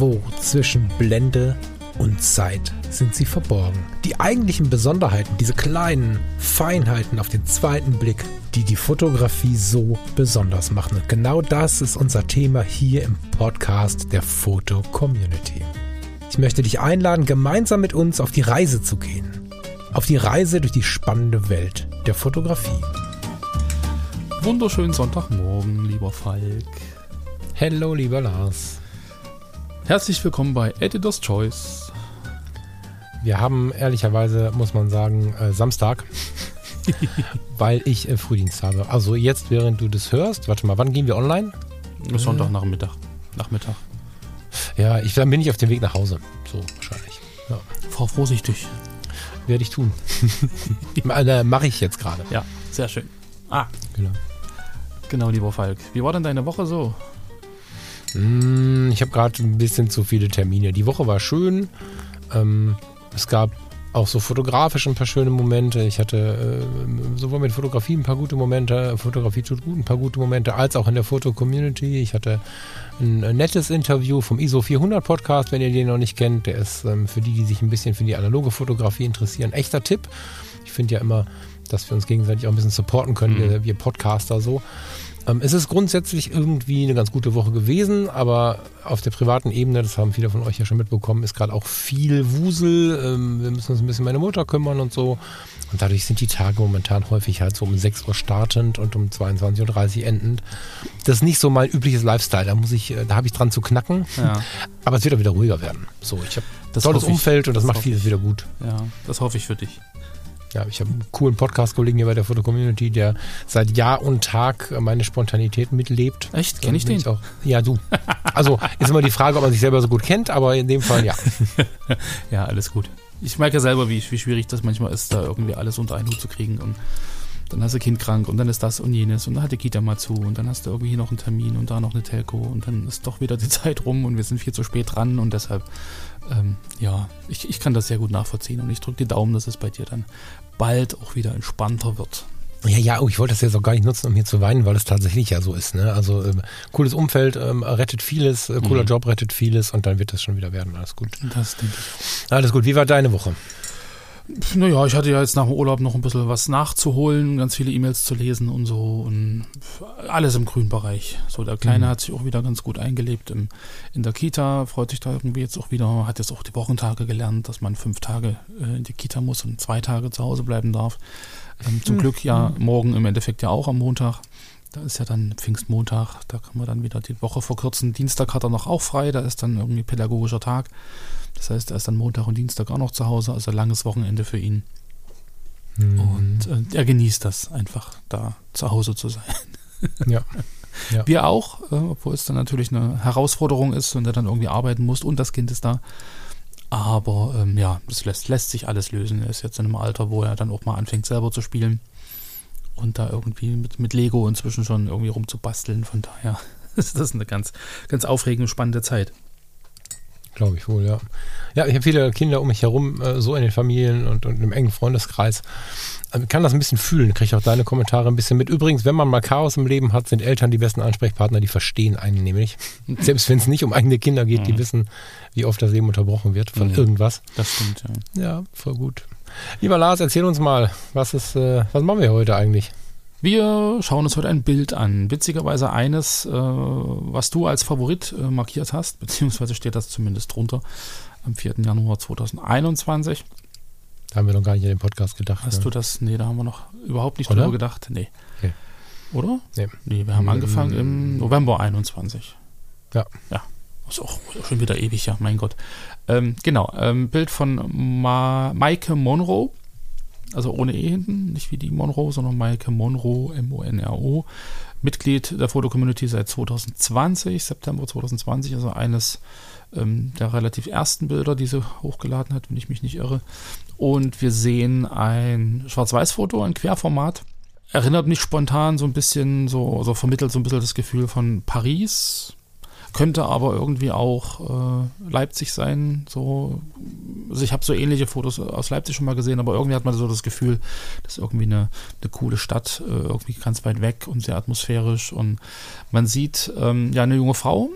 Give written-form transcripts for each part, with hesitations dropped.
Irgendwo zwischen Blende und Zeit sind sie verborgen. Die eigentlichen Besonderheiten, diese kleinen Feinheiten auf den zweiten Blick, die die Fotografie so besonders machen. Und genau das ist unser Thema hier im Podcast der Foto-Community. Ich möchte dich einladen, gemeinsam mit uns auf die Reise zu gehen. Auf die Reise durch die spannende Welt der Fotografie. Wunderschönen Sonntagmorgen, lieber Falk. Hello, lieber Lars. Herzlich willkommen bei Editor's Choice. Wir haben ehrlicherweise, muss man sagen, Samstag, weil ich Frühdienst habe. Also jetzt, während du das hörst, warte mal, wann gehen wir online? Sonntagnachmittag. Ja, dann bin ich auf dem Weg nach Hause. So wahrscheinlich. Ja. Fahr vorsichtig. Werde ich tun. Mache ich jetzt gerade. Ja, sehr schön. Genau, lieber Falk. Wie war denn deine Woche so? Ich habe gerade ein bisschen zu viele Termine. Die Woche war schön. Es gab auch so fotografisch ein paar schöne Momente. Ich hatte sowohl mit Fotografie ein paar gute Momente, Fotografie tut gut, ein paar gute Momente, als auch in der Foto-Community. Ich hatte ein nettes Interview vom ISO 400 Podcast, wenn ihr den noch nicht kennt. Der ist für die sich ein bisschen für die analoge Fotografie interessieren, echter Tipp. Ich finde ja immer, dass wir uns gegenseitig auch ein bisschen supporten können, wir Podcaster so. Es ist grundsätzlich irgendwie eine ganz gute Woche gewesen, aber auf der privaten Ebene, das haben viele von euch ja schon mitbekommen, ist gerade auch viel Wusel. Wir müssen uns ein bisschen um meine Mutter kümmern und so. Und dadurch sind die Tage momentan häufig halt so um 6 Uhr startend und um 22.30 Uhr endend. Das ist nicht so mein übliches Lifestyle, da habe ich dran zu knacken. Ja. Aber es wird auch wieder ruhiger werden. So, ich habe ein tolles Umfeld und das macht vieles wieder gut. Ja, das hoffe ich für dich. Ja, ich habe einen coolen Podcast-Kollegen hier bei der Foto-Community, der seit Jahr und Tag meine Spontanität mitlebt. Echt? Kenn ich den? Auch. Ja, du. Also ist immer die Frage, ob man sich selber so gut kennt, aber in dem Fall ja. Ja, alles gut. Ich merke ja selber, wie schwierig das manchmal ist, da irgendwie alles unter einen Hut zu kriegen. Und dann hast du Kind krank und dann ist das und jenes und dann hat die Kita mal zu und dann hast du irgendwie hier noch einen Termin und da noch eine Telco und dann ist doch wieder die Zeit rum und wir sind viel zu spät dran und deshalb, ich kann das sehr gut nachvollziehen und ich drücke die Daumen, dass es bei dir dann bald auch wieder entspannter wird. Ja, ich wollte das jetzt auch gar nicht nutzen, um hier zu weinen, weil es tatsächlich ja so ist. Ne? Also cooles Umfeld rettet vieles, cooler Job rettet vieles und dann wird das schon wieder werden. Alles gut. Das denke ich. Alles gut. Wie war deine Woche? Naja, ich hatte ja jetzt nach dem Urlaub noch ein bisschen was nachzuholen, ganz viele E-Mails zu lesen und so und alles im grünen Bereich. So, der Kleine hat sich auch wieder ganz gut eingelebt in der Kita, freut sich da irgendwie jetzt auch wieder, hat jetzt auch die Wochentage gelernt, dass man 5 Tage in die Kita muss und 2 Tage zu Hause bleiben darf. Zum Glück ja morgen im Endeffekt ja auch am Montag. Da ist ja dann Pfingstmontag, da kann man dann wieder die Woche verkürzen. Dienstag hat er noch auch frei, da ist dann irgendwie pädagogischer Tag. Das heißt, er ist dann Montag und Dienstag auch noch zu Hause, also ein langes Wochenende für ihn. Und er genießt das einfach, da zu Hause zu sein. Ja. Wir auch, obwohl es dann natürlich eine Herausforderung ist und er dann irgendwie arbeiten muss und das Kind ist da. Aber das lässt sich alles lösen. Er ist jetzt in einem Alter, wo er dann auch mal anfängt selber zu spielen. Und da irgendwie mit Lego inzwischen schon irgendwie rumzubasteln. Von daher ist das eine ganz, ganz aufregende, spannende Zeit. Glaube ich wohl, ja. Ja, ich habe viele Kinder um mich herum, so in den Familien und im engen Freundeskreis. Ich kann das ein bisschen fühlen, kriege auch deine Kommentare ein bisschen mit. Übrigens, wenn man mal Chaos im Leben hat, sind Eltern die besten Ansprechpartner, die verstehen einen nämlich. Selbst wenn es nicht um eigene Kinder geht, die wissen, wie oft das Leben unterbrochen wird von irgendwas. Das stimmt, ja. Ja, voll gut. Lieber Lars, erzähl uns mal, was machen wir heute eigentlich? Wir schauen uns heute ein Bild an. Witzigerweise eines, was du als Favorit markiert hast, beziehungsweise steht das zumindest drunter, am 4. Januar 2021. Da haben wir noch gar nicht an den Podcast gedacht. Hast du das? Nee, da haben wir noch überhaupt nicht drüber gedacht. Nee. Okay. Oder? Nee, wir haben angefangen im November 21. Ja. Ja, ist auch schon wieder ewig, ja, mein Gott. Bild von Maike Monroe. Also ohne E hinten, nicht wie die Monroe, sondern Maike Monroe, M-O-N-R-O. Mitglied der Foto-Community seit 2020, September 2020, also eines der relativ ersten Bilder, die sie hochgeladen hat, wenn ich mich nicht irre. Und wir sehen ein Schwarz-Weiß-Foto, ein Querformat. Erinnert mich spontan so ein bisschen, so vermittelt so ein bisschen das Gefühl von Paris. Könnte aber irgendwie auch Leipzig sein. So. Also ich habe so ähnliche Fotos aus Leipzig schon mal gesehen, aber irgendwie hat man so das Gefühl, das ist irgendwie eine coole Stadt, irgendwie ganz weit weg und sehr atmosphärisch. Und man sieht eine junge Frau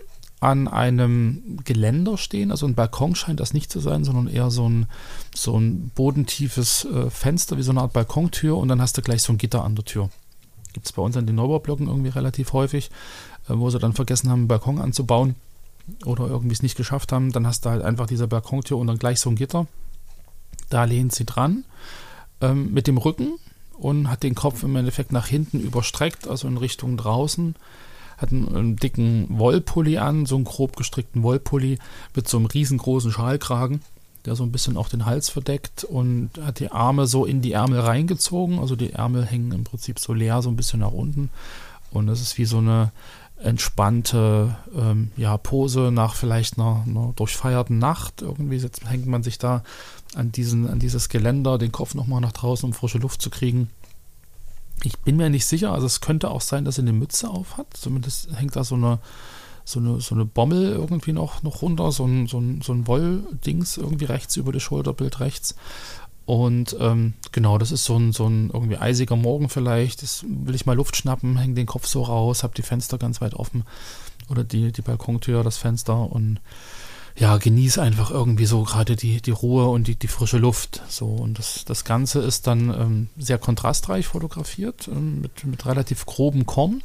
an einem Geländer stehen, also ein Balkon scheint das nicht zu sein, sondern eher so ein bodentiefes Fenster, wie so eine Art Balkontür, und dann hast du gleich so ein Gitter an der Tür. Gibt es bei uns an den Neubaublöcken irgendwie relativ häufig, wo sie dann vergessen haben, einen Balkon anzubauen oder irgendwie es nicht geschafft haben, dann hast du halt einfach diese Balkontür und dann gleich so ein Gitter. Da lehnt sie dran mit dem Rücken und hat den Kopf im Endeffekt nach hinten überstreckt, also in Richtung draußen. Hat einen dicken Wollpulli an, so einen grob gestrickten Wollpulli mit so einem riesengroßen Schalkragen, der so ein bisschen auch den Hals verdeckt, und hat die Arme so in die Ärmel reingezogen. Also die Ärmel hängen im Prinzip so leer, so ein bisschen nach unten. Und das ist wie so eine entspannte Pose nach vielleicht einer durchfeierten Nacht. Irgendwie hängt man sich da an dieses Geländer, den Kopf nochmal nach draußen, um frische Luft zu kriegen. Ich bin mir nicht sicher, also es könnte auch sein, dass er eine Mütze auf hat. Zumindest hängt da so eine Bommel irgendwie noch runter, so ein Wolldings irgendwie rechts über das Schulterbild rechts. Und genau, das ist so ein irgendwie eisiger Morgen vielleicht. Das will ich mal Luft schnappen, hänge den Kopf so raus, habe die Fenster ganz weit offen oder die Balkontür, das Fenster, und ja, genieße einfach irgendwie so gerade die Ruhe und die frische Luft. So, und das Ganze ist dann sehr kontrastreich fotografiert, mit relativ grobem Korn.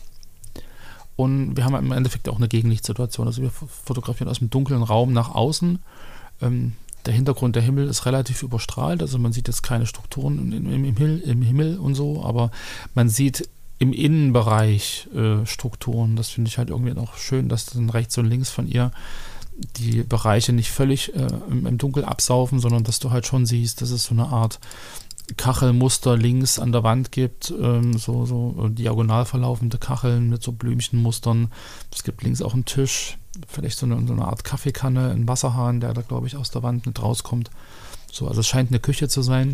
Und wir haben im Endeffekt auch eine Gegenlichtsituation. Also wir fotografieren aus dem dunklen Raum nach außen. Der Hintergrund, der Himmel ist relativ überstrahlt. Also man sieht jetzt keine Strukturen im Himmel und so, aber man sieht im Innenbereich Strukturen. Das finde ich halt irgendwie auch schön, dass dann rechts und links von ihr die Bereiche nicht völlig im Dunkel absaufen, sondern dass du halt schon siehst, dass es so eine Art Kachelmuster links an der Wand gibt, so diagonal verlaufende Kacheln mit so Blümchenmustern. Es gibt links auch einen Tisch, vielleicht so eine Art Kaffeekanne, ein Wasserhahn, der da, glaube ich, aus der Wand mit rauskommt. So, also es scheint eine Küche zu sein.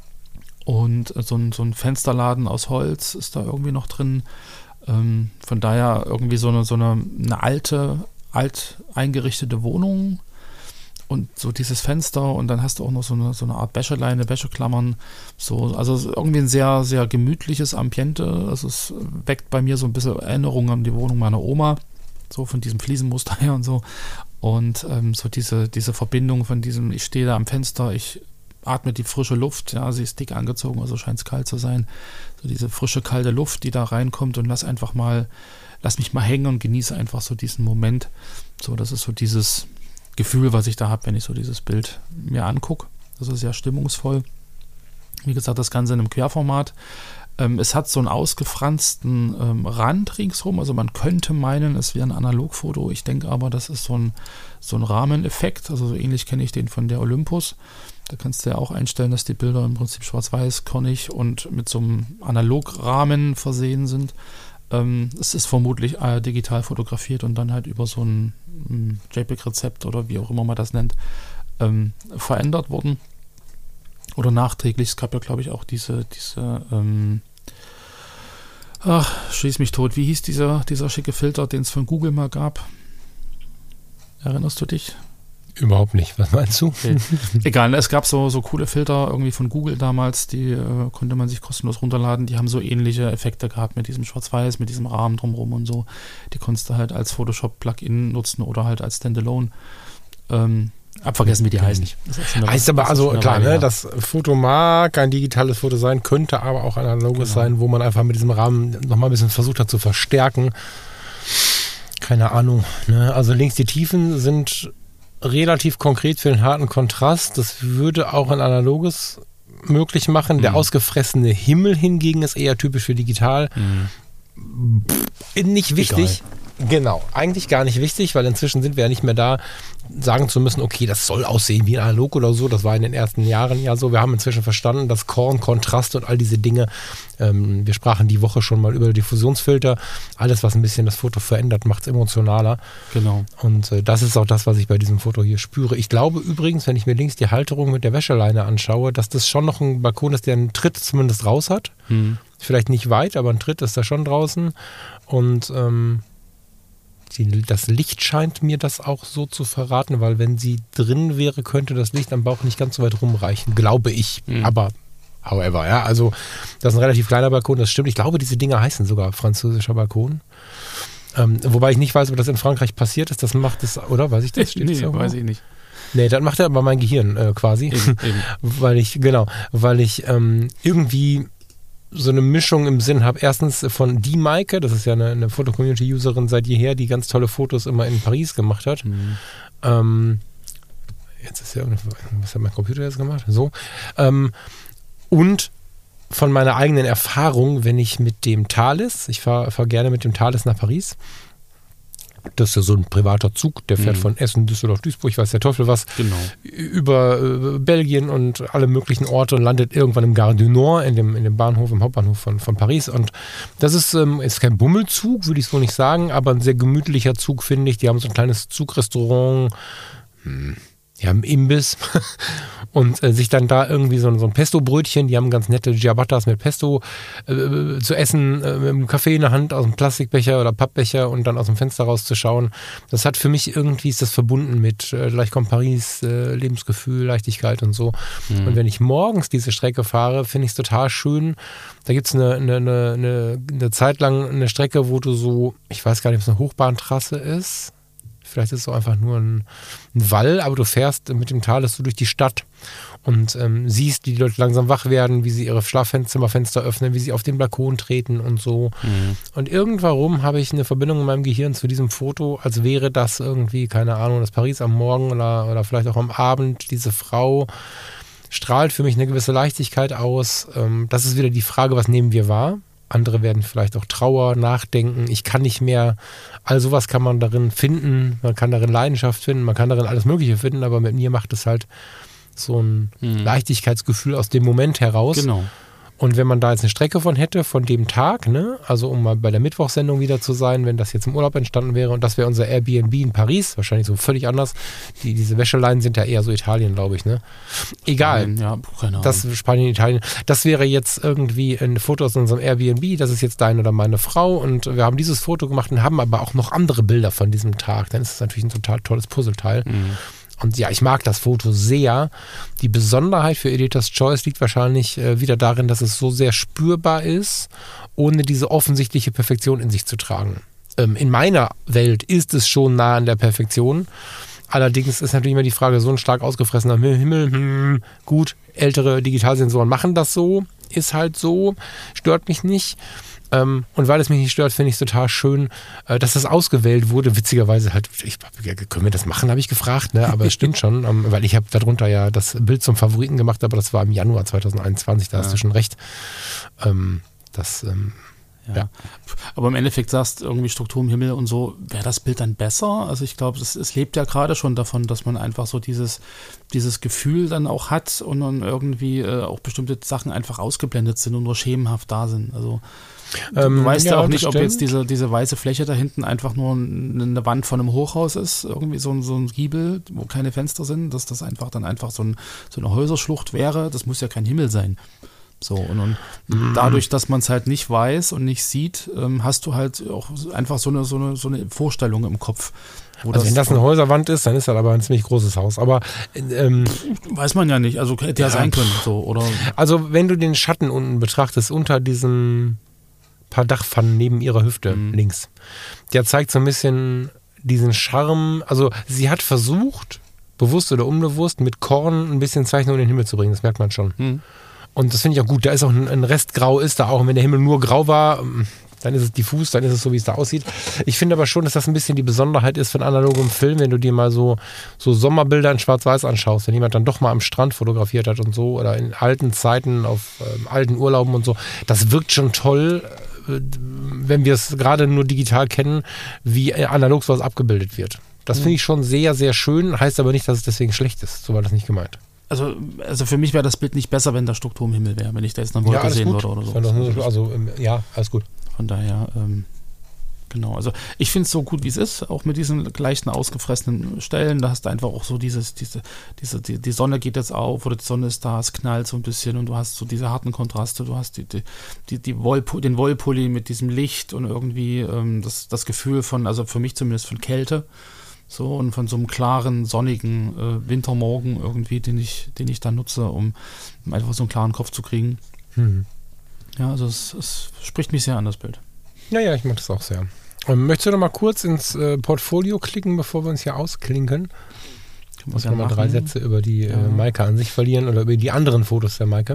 Und so ein Fensterladen aus Holz ist da irgendwie noch drin. Von daher irgendwie so eine alt eingerichtete Wohnung und so dieses Fenster, und dann hast du auch noch so eine Art Wäscheleine, Wäscheklammern, so, also irgendwie ein sehr, sehr gemütliches Ambiente. Also es weckt bei mir so ein bisschen Erinnerungen an die Wohnung meiner Oma, so von diesem Fliesenmuster her und so, und so diese Verbindung von diesem, ich stehe da am Fenster, ich atme die frische Luft, ja, sie ist dick angezogen, also scheint es kalt zu sein, so diese frische, kalte Luft, die da reinkommt, und lass mich mal hängen und genieße einfach so diesen Moment. So, das ist so dieses Gefühl, was ich da habe, wenn ich so dieses Bild mir angucke. Das ist sehr stimmungsvoll. Wie gesagt, das Ganze in einem Querformat. Es hat so einen ausgefransten Rand ringsrum, also man könnte meinen, es wäre ein Analogfoto. Ich denke aber, das ist so ein Rahmeneffekt, also so ähnlich kenne ich den von der Olympus. Da kannst du ja auch einstellen, dass die Bilder im Prinzip schwarz-weiß, kornig und mit so einem Analograhmen versehen sind. Es ist vermutlich digital fotografiert und dann halt über so ein JPEG-Rezept oder wie auch immer man das nennt, verändert worden. Oder nachträglich. Es gab ja, glaube ich, auch diese schieß mich tot. Wie hieß dieser schicke Filter, den es von Google mal gab? Erinnerst du dich? Überhaupt nicht. Was meinst du? Okay. Egal, es gab so coole Filter irgendwie von Google damals, die konnte man sich kostenlos runterladen. Die haben so ähnliche Effekte gehabt mit diesem Schwarz-Weiß, mit diesem Rahmen drumherum und so. Die konntest du halt als Photoshop-Plugin nutzen oder halt als Standalone. Abvergessen, wie die heißen. Heißt aber, also klar, ne, das Foto mag ein digitales Foto sein, könnte aber auch ein analoges sein, wo man einfach mit diesem Rahmen nochmal ein bisschen versucht hat zu verstärken. Keine Ahnung. Ne? Also links die Tiefen sind relativ konkret für den harten Kontrast. Das würde auch ein analoges möglich machen. Der ausgefressene Himmel hingegen ist eher typisch für digital. Nicht wichtig. Egal. Genau, eigentlich gar nicht wichtig, weil inzwischen sind wir ja nicht mehr da, sagen zu müssen, okay, das soll aussehen wie analog oder so. Das war in den ersten Jahren ja so. Wir haben inzwischen verstanden, dass Korn, Kontrast und all diese Dinge, wir sprachen die Woche schon mal über Diffusionsfilter, alles, was ein bisschen das Foto verändert, macht es emotionaler. Genau. Und das ist auch das, was ich bei diesem Foto hier spüre. Ich glaube übrigens, wenn ich mir links die Halterung mit der Wäscheleine anschaue, dass das schon noch ein Balkon ist, der einen Tritt zumindest raus hat. Vielleicht nicht weit, aber ein Tritt ist da schon draußen. Und das Licht scheint mir das auch so zu verraten, weil wenn sie drin wäre, könnte das Licht am Bauch nicht ganz so weit rumreichen, glaube ich. Aber however, ja, also das ist ein relativ kleiner Balkon, das stimmt. Ich glaube, diese Dinger heißen sogar französischer Balkon. Wobei ich nicht weiß, ob das in Frankreich passiert ist. Das macht es, oder? Weiß ich das? Nee, weiß ich nicht. Nee, das macht ja aber mein Gehirn quasi. Eben. weil ich irgendwie so eine Mischung im Sinn habe. Erstens von die Maike, das ist ja eine Foto-Community-Userin seit jeher, die ganz tolle Fotos immer in Paris gemacht hat. Jetzt ist ja was hat mein Computer jetzt gemacht? So. Und von meiner eigenen Erfahrung, wenn ich mit dem Thalys, ich fahr gerne mit dem Thalys nach Paris. Das ist ja so ein privater Zug, der fährt von Essen, Düsseldorf, Duisburg, weiß der Teufel was, über Belgien und alle möglichen Orte und landet irgendwann im Gare du Nord, in dem Bahnhof, im Hauptbahnhof von Paris. Und das ist kein Bummelzug, würde ich so nicht sagen, aber ein sehr gemütlicher Zug, finde ich. Die haben so ein kleines Zugrestaurant, die haben Imbiss und sich dann da irgendwie so ein Pesto-Brötchen, die haben ganz nette Ciabattas mit Pesto zu essen, mit einem Kaffee in der Hand aus dem Plastikbecher oder Pappbecher und dann aus dem Fenster rauszuschauen. Das hat für mich irgendwie, ist das verbunden mit gleich kommt Paris, Lebensgefühl, Leichtigkeit und so. Und wenn ich morgens diese Strecke fahre, finde ich es total schön. Da gibt es eine Zeit lang eine Strecke, wo du so, ich weiß gar nicht, ob es eine Hochbahntrasse ist. Vielleicht ist es auch einfach nur ein Wall, aber du fährst mit dem Thalys so durch die Stadt und siehst, wie die Leute langsam wach werden, wie sie ihre Schlafzimmerfenster öffnen, wie sie auf den Balkon treten und so. Und irgendwann habe ich eine Verbindung in meinem Gehirn zu diesem Foto, als wäre das irgendwie, keine Ahnung, das Paris am Morgen oder vielleicht auch am Abend. Diese Frau strahlt für mich eine gewisse Leichtigkeit aus. Das ist wieder die Frage, was nehmen wir wahr? Andere werden vielleicht auch Trauer, Nachdenken. Ich kann nicht mehr. All sowas kann man darin finden. Man kann darin Leidenschaft finden. Man kann darin alles Mögliche finden. Aber mit mir macht es halt so ein Leichtigkeitsgefühl aus dem Moment heraus. Genau. Und wenn man da jetzt eine Strecke von hätte, von dem Tag, ne, also um mal bei der Mittwochssendung wieder zu sein, wenn das jetzt im Urlaub entstanden wäre und das wäre unser Airbnb in Paris, wahrscheinlich so völlig anders. Diese Wäscheleinen sind ja eher so Italien, glaube ich, ne? Egal. Spanien, ja, keine Ahnung. Das Spanien, Italien. Das wäre jetzt irgendwie ein Foto aus unserem Airbnb, das ist jetzt deine oder meine Frau und wir haben dieses Foto gemacht und haben aber auch noch andere Bilder von diesem Tag. Dann ist es natürlich ein total tolles Puzzleteil. Und ja, ich mag das Foto sehr. Die Besonderheit für Editor's Choice liegt wahrscheinlich wieder darin, dass es so sehr spürbar ist, ohne diese offensichtliche Perfektion in sich zu tragen. In meiner Welt ist es schon nah an der Perfektion. Allerdings ist natürlich immer die Frage, so ein stark ausgefressener Himmel, gut, ältere Digitalsensoren machen das so, ist halt so, stört mich nicht. Und weil es mich nicht stört, finde ich es total schön, dass das ausgewählt wurde. Witzigerweise halt, können wir das machen, habe ich gefragt, ne? Aber es stimmt schon, weil ich habe darunter ja das Bild zum Favoriten gemacht, aber das war im Januar 2021, da hast du schon recht. Ja. Aber im Endeffekt sagst irgendwie Struktur im Himmel und so, wäre das Bild dann besser? Also ich glaube, es lebt ja gerade schon davon, dass man einfach so dieses Gefühl dann auch hat und dann irgendwie auch bestimmte Sachen einfach ausgeblendet sind und nur schemenhaft da sind. Also du weißt ja auch nicht, ob jetzt diese weiße Fläche da hinten einfach nur eine Wand von einem Hochhaus ist, irgendwie so ein Giebel, wo keine Fenster sind, dass das einfach so eine Häuserschlucht wäre. Das muss ja kein Himmel sein. So, und dadurch, dass man es halt nicht weiß und nicht sieht, hast du halt auch einfach so eine Vorstellung im Kopf. Also wenn das eine Häuserwand ist, dann ist das aber ein ziemlich großes Haus. Aber weiß man ja nicht, also hätte ja sein können. So, oder? Also wenn du den Schatten unten betrachtest, unter diesem paar Dachpfannen neben ihrer Hüfte links, der zeigt so ein bisschen diesen Charme. Also sie hat versucht, bewusst oder unbewusst, mit Korn ein bisschen Zeichnung in den Himmel zu bringen, das merkt man schon. Und das finde ich auch gut. Da ist auch ein Restgrau, ist da auch. Und wenn der Himmel nur grau war, dann ist es diffus, dann ist es so, wie es da aussieht. Ich finde aber schon, dass das ein bisschen die Besonderheit ist von analogem Film, wenn du dir mal so Sommerbilder in Schwarz-Weiß anschaust, wenn jemand dann doch mal am Strand fotografiert hat und so oder in alten Zeiten auf alten Urlauben und so. Das wirkt schon toll, wenn wir es gerade nur digital kennen, wie analog sowas abgebildet wird. Das finde ich schon sehr, sehr schön, heißt aber nicht, dass es deswegen schlecht ist. So war das nicht gemeint. Also für mich wäre das Bild nicht besser, wenn da Struktur im Himmel wäre, wenn ich da jetzt eine Wolke sehen würde oder so. Also alles gut. Von daher, genau. Also ich finde es so gut, wie es ist, auch mit diesen leichten ausgefressenen Stellen. Da hast du einfach auch so die Sonne geht jetzt auf oder die Sonne ist da, es knallt so ein bisschen und du hast so diese harten Kontraste. Du hast den Wollpulli mit diesem Licht und irgendwie das Gefühl von, also für mich zumindest von Kälte. So, und von so einem klaren, sonnigen Wintermorgen irgendwie, den ich dann nutze, um einfach so einen klaren Kopf zu kriegen. Ja, also es spricht mich sehr an, das Bild. Ja, ich mag das auch sehr. Möchtest du noch mal kurz ins Portfolio klicken, bevor wir uns hier ausklinken? Muss noch mal 3 Sätze über die Maike an sich verlieren oder über die anderen Fotos der Maike.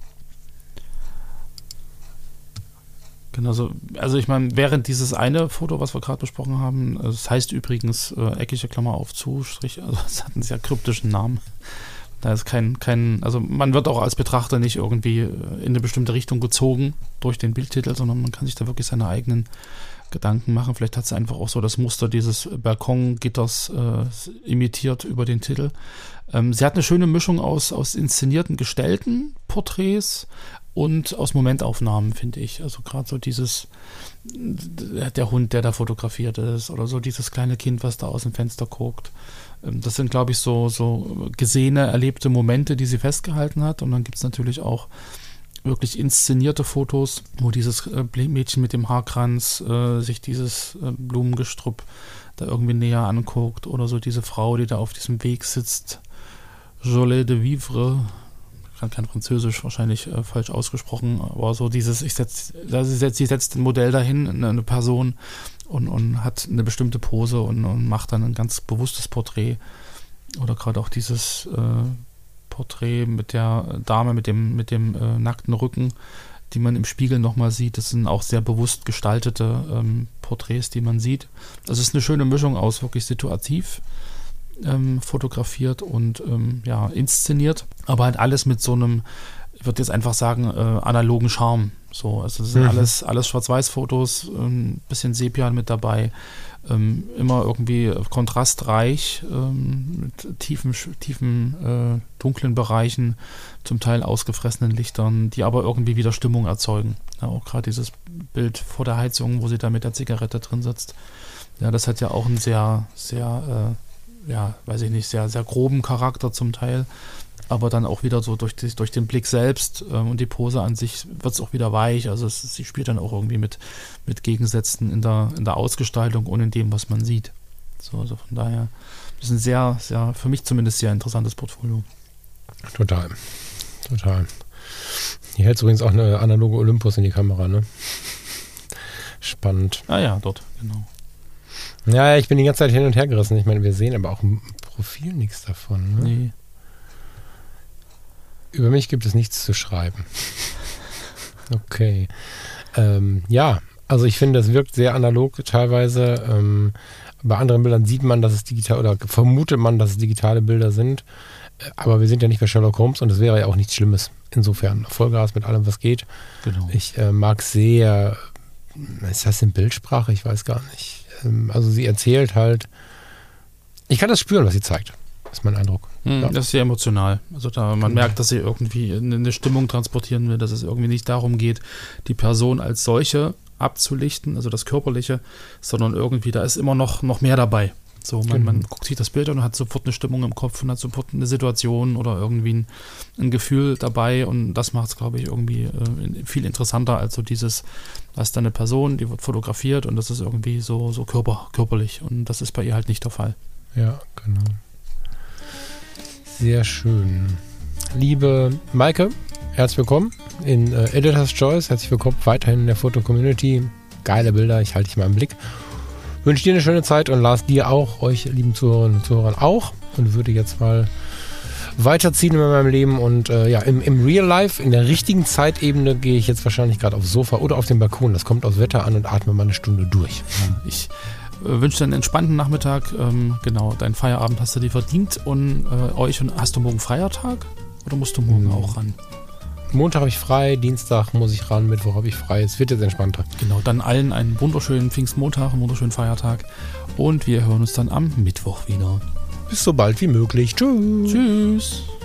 Genau, also ich meine, während dieses eine Foto, was wir gerade besprochen haben, das heißt übrigens eckige Klammer auf Zustrich, also es hat einen sehr kryptischen Namen. Da ist also man wird auch als Betrachter nicht irgendwie in eine bestimmte Richtung gezogen durch den Bildtitel, sondern man kann sich da wirklich seine eigenen Gedanken machen. Vielleicht hat sie einfach auch so das Muster dieses Balkongitters imitiert über den Titel. Sie hat eine schöne Mischung aus inszenierten, gestellten Porträts und aus Momentaufnahmen, finde ich. Also gerade so der Hund, der da fotografiert ist, oder so dieses kleine Kind, was da aus dem Fenster guckt. Das sind, glaube ich, so gesehene, erlebte Momente, die sie festgehalten hat. Und dann gibt es natürlich auch wirklich inszenierte Fotos, wo dieses Mädchen mit dem Haarkranz sich dieses Blumengestrüpp da irgendwie näher anguckt, oder so diese Frau, die da auf diesem Weg sitzt. Jolie de Vivre, kein Französisch, wahrscheinlich falsch ausgesprochen, aber so dieses, sie setzt ein Modell dahin, eine Person, und hat eine bestimmte Pose und macht dann ein ganz bewusstes Porträt. Oder gerade auch dieses Porträt mit der Dame mit dem nackten Rücken, die man im Spiegel nochmal sieht. Das sind auch sehr bewusst gestaltete Porträts, die man sieht. Das ist eine schöne Mischung aus wirklich situativ fotografiert und inszeniert, aber halt alles mit so einem, ich würde jetzt einfach sagen, analogen Charme. So, also das sind alles Schwarz-Weiß-Fotos, ein bisschen Sepia mit dabei, immer irgendwie kontrastreich, mit tiefen dunklen Bereichen, zum Teil ausgefressenen Lichtern, die aber irgendwie wieder Stimmung erzeugen. Ja, auch gerade dieses Bild vor der Heizung, wo sie da mit der Zigarette drin sitzt. Ja, das hat ja auch einen sehr, sehr sehr, sehr groben Charakter zum Teil, aber dann auch wieder so durch den Blick selbst und die Pose an sich wird es auch wieder weich. Also sie spielt dann auch irgendwie mit Gegensätzen in der Ausgestaltung und in dem, was man sieht. So, also von daher, das ist ein sehr, sehr, für mich zumindest sehr interessantes Portfolio. Total. Hier hältst übrigens auch eine analoge Olympus in die Kamera, ne? Spannend. Ah ja, dort, genau. Ja, ich bin die ganze Zeit hin und her gerissen. Ich meine, wir sehen aber auch im Profil nichts davon. Ne? Nee. Über mich gibt es nichts zu schreiben. Okay. Also ich finde, es wirkt sehr analog teilweise. Bei anderen Bildern sieht man, dass es digital, oder vermutet man, dass es digitale Bilder sind. Aber wir sind ja nicht bei Sherlock Holmes und es wäre ja auch nichts Schlimmes. Insofern Vollgas mit allem, was geht. Genau. Ich mag sehr, ist das in Bildsprache? Ich weiß gar nicht. Also sie erzählt halt, ich kann das spüren, was sie zeigt. Das ist mein Eindruck. Das ist sehr emotional. Also man merkt, dass sie irgendwie eine Stimmung transportieren will, dass es irgendwie nicht darum geht, die Person als solche abzulichten, also das Körperliche, sondern irgendwie, da ist immer noch mehr dabei. So, man guckt sich das Bild an und hat sofort eine Stimmung im Kopf und hat sofort eine Situation oder irgendwie ein Gefühl dabei, und das macht es, glaube ich, irgendwie viel interessanter als so dieses, da ist da eine Person, die wird fotografiert und das ist irgendwie so körperlich, und das ist bei ihr halt nicht der Fall. Ja, genau. Sehr schön. Liebe Maike, herzlich willkommen in Editor's Choice. Herzlich willkommen weiterhin in der Foto-Community. Geile Bilder, ich halte dich mal im Blick. Wünsche dir eine schöne Zeit und Lars dir auch, euch lieben Zuhörerinnen und Zuhörern auch, und würde jetzt mal weiterziehen in meinem Leben und im Real Life, in der richtigen Zeitebene gehe ich jetzt wahrscheinlich gerade aufs Sofa oder auf den Balkon. Das kommt aufs Wetter an, und atme mal eine Stunde durch. Ich wünsche dir einen entspannten Nachmittag. Genau, deinen Feierabend hast du dir verdient, und hast du morgen Feiertag oder musst du morgen auch ran? Montag habe ich frei, Dienstag muss ich ran, Mittwoch habe ich frei. Es wird jetzt entspannter. Genau, dann allen einen wunderschönen Pfingstmontag, einen wunderschönen Feiertag, und wir hören uns dann am Mittwoch wieder. Bis so bald wie möglich. Tschüss. Tschüss.